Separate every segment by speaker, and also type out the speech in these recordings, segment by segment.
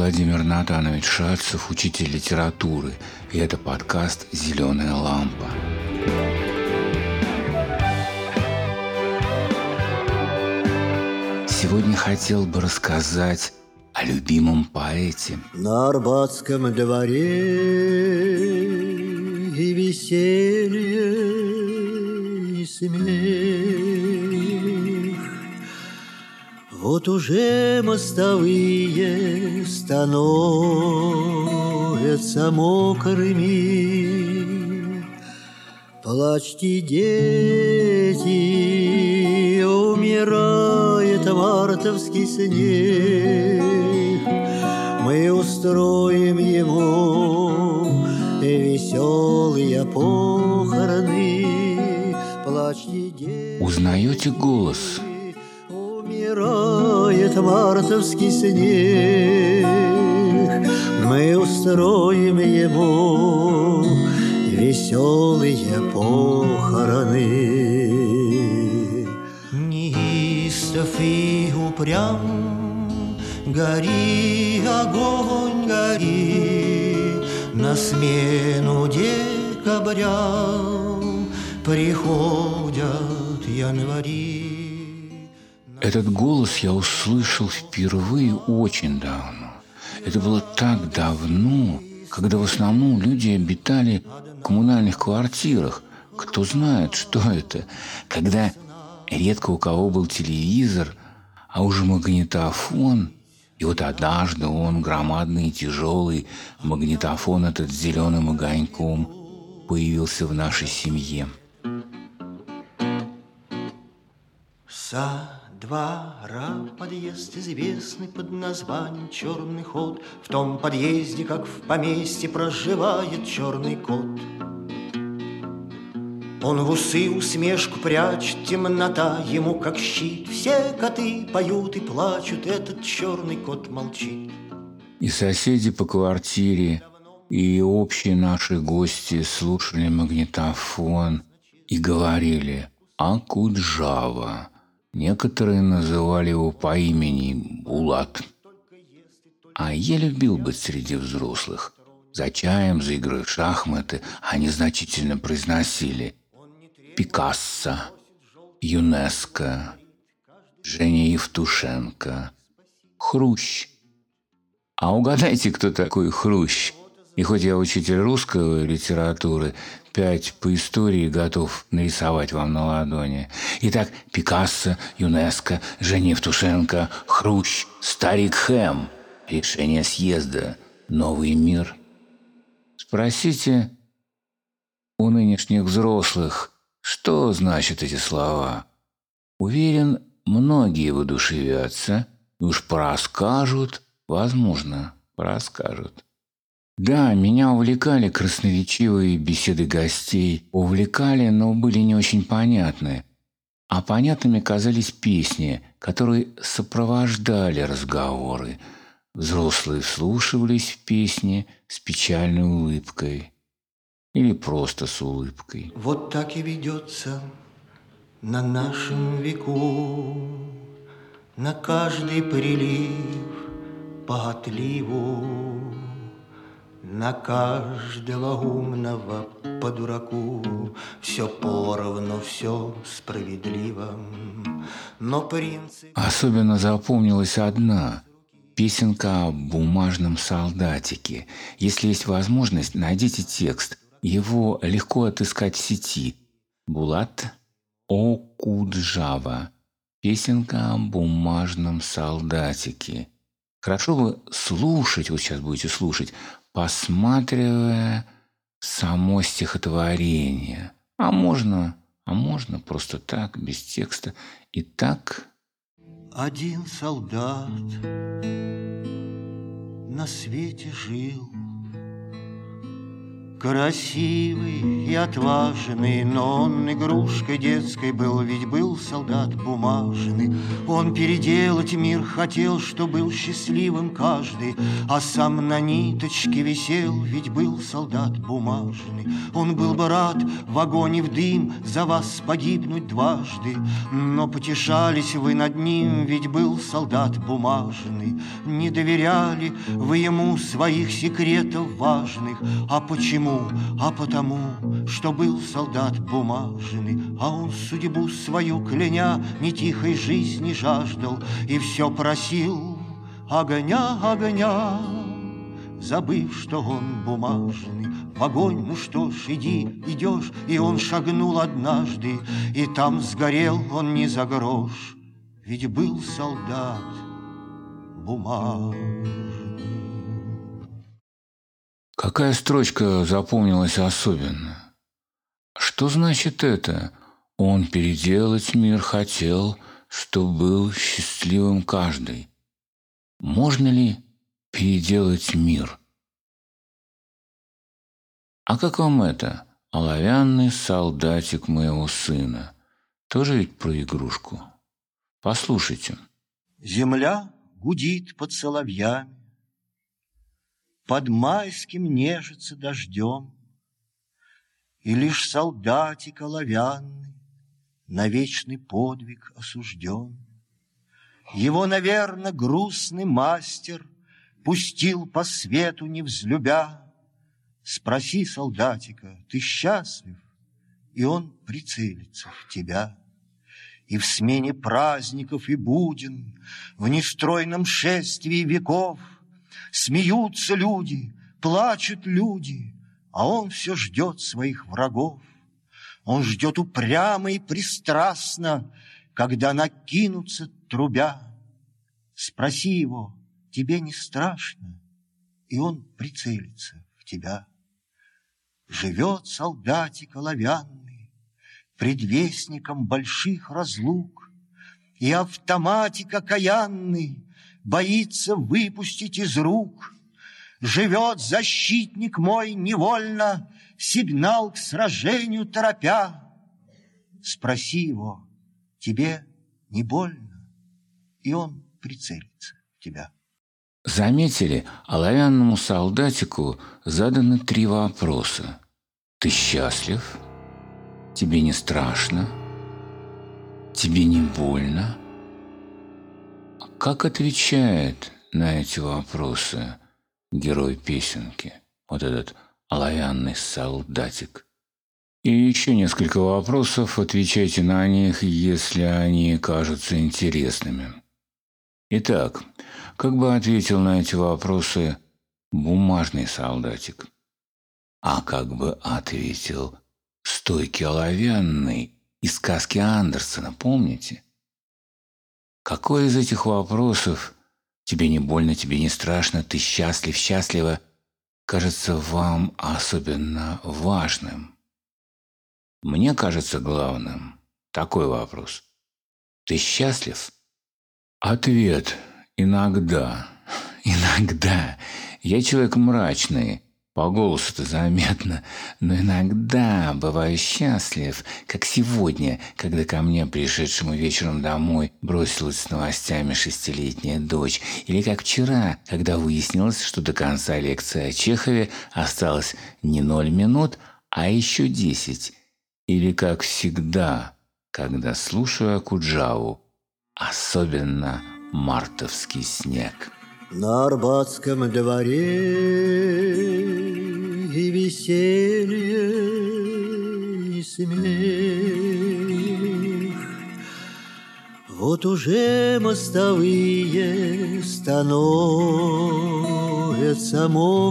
Speaker 1: Владимир Натанович Шацев, учитель литературы, и это подкаст «Зеленая лампа». Сегодня хотел бы рассказать о любимом поэте.
Speaker 2: На Арбатском дворе и веселье, и смех. Вот уже мостовые становятся мокрыми. Плачьте, дети, умирает мартовский снег. Мы устроим ему веселые похороны. Плачьте, дети.
Speaker 1: Узнаете голос?
Speaker 2: Умирает мартовский снег. Мы устроим ему веселые похороны. Неистов и упрям, гори, огонь, гори, на смену декабрям приходят январи.
Speaker 1: Этот голос я услышал впервые очень давно. Это было так давно, когда в основном люди обитали в коммунальных квартирах. Кто знает, что это? Когда редко у кого был телевизор, а уже магнитофон. И вот однажды он, громадный и тяжелый магнитофон этот с зеленым огоньком, появился в нашей семье.
Speaker 2: Со двора подъезд известный под названием «Черный ход». В том подъезде, как в поместье, проживает черный кот. Он в усы усмешку прячет, темнота ему как щит. Все коты поют и плачут, этот черный кот молчит.
Speaker 1: И соседи по квартире, и общие наши гости слушали магнитофон и говорили «Акуджава». Некоторые называли его по имени Булат. А я любил быть среди взрослых. За чаем, за игрой в шахматы они значительно произносили Пикассо, ЮНЕСКО, Женя Евтушенко, Хрущ. А угадайте, кто такой Хрущ? И хоть я учитель русской литературы, 5 по истории готов нарисовать вам на ладони. Итак, Пикассо, ЮНЕСКО, Женя Евтушенко, Хрущ, Старик Хэм. Решение съезда. Новый мир. Спросите у нынешних взрослых, что значат эти слова. Уверен, многие воодушевятся и уж порасскажут, возможно, порасскажут. Да, меня увлекали красноречивые беседы гостей. Увлекали, но были не очень понятны. А понятными казались песни, которые сопровождали разговоры. Взрослые вслушивались в песни с печальной улыбкой. Или просто с улыбкой.
Speaker 2: Вот так и ведется на нашем веку, на каждый прилив по отливу, на каждого умного по дураку. Все поровну, все справедливо, но принцип...
Speaker 1: Особенно запомнилась одна песенка о бумажном солдатике. Если есть возможность, найдите текст. Его легко отыскать в сети. Булат Акуджава. Песенка о бумажном солдатике. Хорошо бы слушать, вот сейчас будете слушать, посматривая само стихотворение. А можно просто так, без текста. Итак...
Speaker 2: Один солдат на свете жил, Красивый и отважный, но он игрушкой детской был, ведь был солдат бумажный. Он переделать мир хотел, что был счастливым каждый, а сам на ниточке висел, ведь был солдат бумажный. Он был бы рад в огонь и в дым за вас погибнуть дважды, но потешались вы над ним, ведь был солдат бумажный. Не доверяли вы ему своих секретов важных. А почему? А потому, что был солдат бумажный, а он судьбу свою кляня ни тихой жизни жаждал и все просил огня, огня, забыв, что он бумажный. В огонь, ну что ж, иди, идешь, и он шагнул однажды, и там сгорел он не за грош, ведь был солдат бумажный.
Speaker 1: Какая строчка запомнилась особенно? Что значит это? Он переделать мир хотел, что был счастливым каждый. Можно ли переделать мир? А как вам это? Оловянный солдатик моего сына. Тоже ведь про игрушку. Послушайте.
Speaker 2: Земля гудит под соловьями, под майским нежится дождем, и лишь солдатик оловянный на вечный подвиг осужден. Его, наверно, грустный мастер пустил по свету не взлюбя. Спроси солдатика, ты счастлив? И он прицелится в тебя. И в смене праздников и буден, в нестройном шествии веков смеются люди, плачут люди, а он все ждет своих врагов. Он ждет упрямо и пристрастно, когда накинутся трубя. Спроси его, тебе не страшно? И он прицелится в тебя. Живет солдатик оловянный предвестником больших разлук, и автоматик окаянный боится выпустить из рук. Живет защитник мой невольно, сигнал к сражению торопя. Спроси его, тебе не больно? И он прицелится в тебя.
Speaker 1: Заметили, оловянному солдатику заданы 3 вопроса. Ты счастлив? Тебе не страшно? Тебе не больно? Как отвечает на эти вопросы герой песенки, вот этот оловянный солдатик? И еще несколько вопросов, отвечайте на них, если они кажутся интересными. Итак, как бы ответил на эти вопросы бумажный солдатик? А как бы ответил стойкий оловянный из сказки Андерсена, помните? Какой из этих вопросов «тебе не больно, тебе не страшно, ты счастлив, счастлива» кажется вам особенно важным? Мне кажется главным такой вопрос. Ты счастлив? Ответ – иногда. Иногда. Я человек мрачный, по голосу-то заметно, но иногда бываю счастлив, как сегодня, когда ко мне, пришедшему вечером домой, бросилась с новостями 6-летняя дочь, или как вчера, когда выяснилось, что до конца лекции о Чехове осталось не 0 минут, а еще 10, или как всегда, когда слушаю Окуджаву, особенно мартовский снег.
Speaker 2: На Арбатском дворе и веселье, и смех. Вот уже мостовые становятся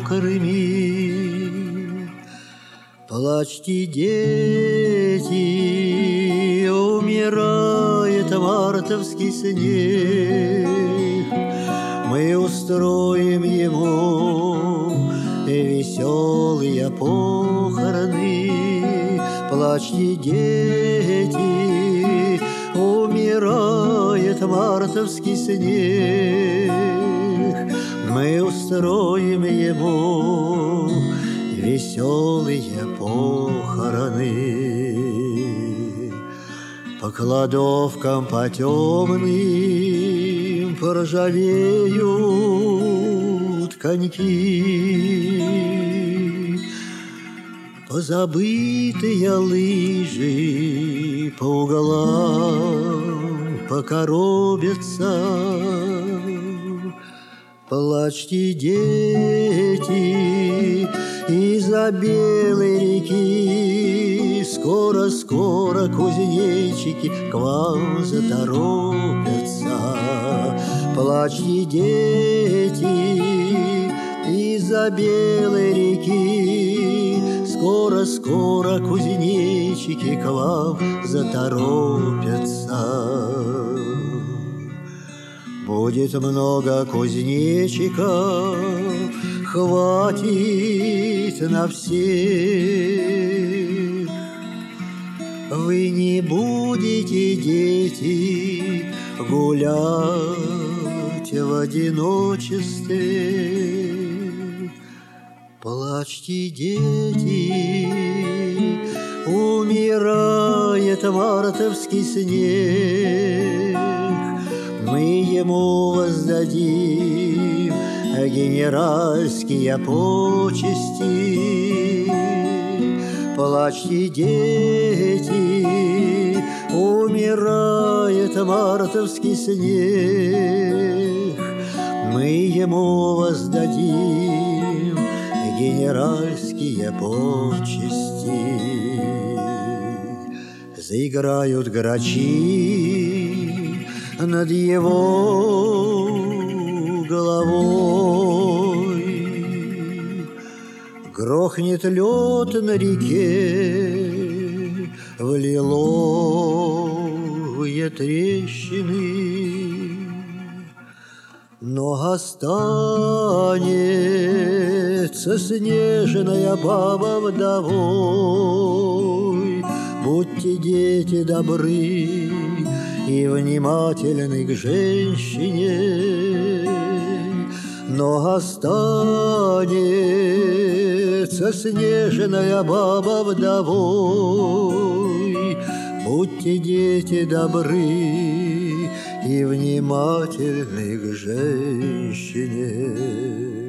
Speaker 2: мокрыми. Плачьте, дети, умирает мартовский снег. Мы устроим ему веселые похороны. Плачьте, дети, умирает мартовский снег. Мы устроим ему веселые похороны. По кладовкам по темным поржавеют коньки, позабытые лыжи по углам покоробятся. Плачьте, дети, из-за белой реки, скоро-скоро кузнечики к вам заторопятся. Плачьте, дети, из-за белой реки, скоро-скоро кузнечики к вам заторопятся. Будет много кузнечиков, хватит на всех. Вы не будете, дети, гулять в одиночестве. Плачьте, дети, умирает мартовский снег. Мы ему воздадим генеральские почести. Плачьте, дети, умирает мартовский снег. Мы ему воздадим генеральские почести. Заиграют грачи над его головой, грохнет лед на реке в лиловые трещины, но останется снежная баба вдовой. Будьте, дети, добры и внимательны к женщине, но останется снежная баба вдовой. Будьте, дети, добры и внимательны к женщине.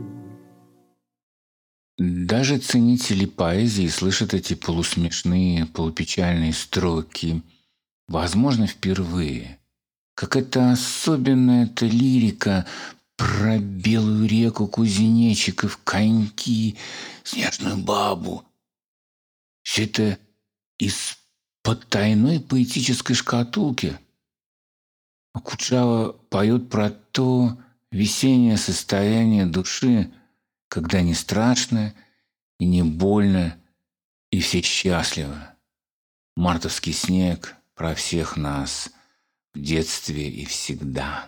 Speaker 1: Даже ценители поэзии слышат эти полусмешные, полупечальные строки, возможно, впервые. Какая-то особенная эта лирика про белую реку, кузнечиков, коньки, снежную бабу. Все это из потайной поэтической шкатулки. А Куджава поет про то весеннее состояние души, когда не страшно и не больно, и все счастливы. Мартовский снег про всех нас в детстве и всегда.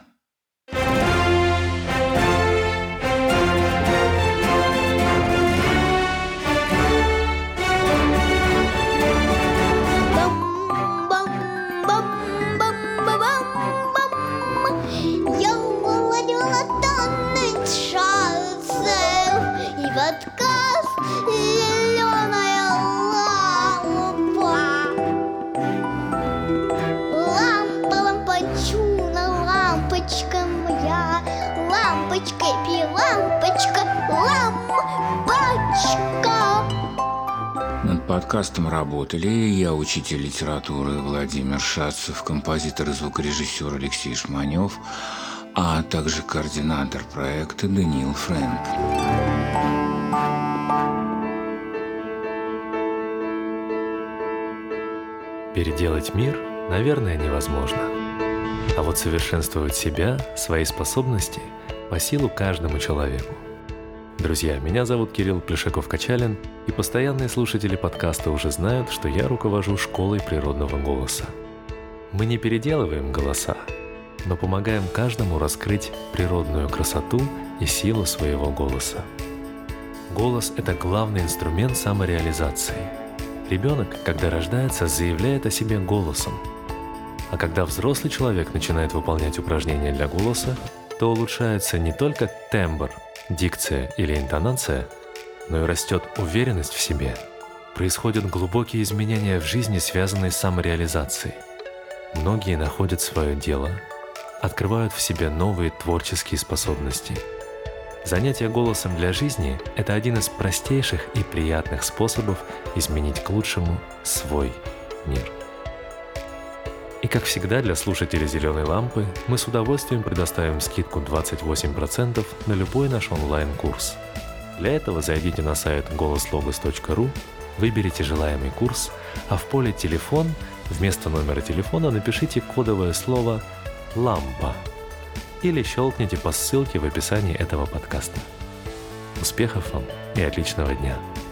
Speaker 1: Над подкастом работали я, учитель литературы Владимир Шацев, композитор и звукорежиссер Алексей Шманев, а также координатор проекта Даниил Фрэнк.
Speaker 3: Переделать мир, наверное, невозможно. А вот совершенствовать себя, свои способности по силу каждому человеку. Друзья, меня зовут Кирилл Плешаков-Качалин, и постоянные слушатели подкаста уже знают, что я руковожу школой природного голоса. Мы не переделываем голоса, но помогаем каждому раскрыть природную красоту и силу своего голоса. Голос – это главный инструмент самореализации. Ребенок, когда рождается, заявляет о себе голосом. А когда взрослый человек начинает выполнять упражнения для голоса, то улучшается не только тембр, дикция или интонация, но и растет уверенность в себе, происходят глубокие изменения в жизни, связанные с самореализацией. Многие находят свое дело, открывают в себе новые творческие способности. Занятие голосом для жизни – это один из простейших и приятных способов изменить к лучшему свой мир. И как всегда для слушателей «Зеленой лампы» мы с удовольствием предоставим скидку 28% на любой наш онлайн-курс. Для этого зайдите на сайт голосlogos.ru, выберите желаемый курс, а в поле «Телефон» вместо номера телефона напишите кодовое слово «Лампа» или щелкните по ссылке в описании этого подкаста. Успехов вам и отличного дня!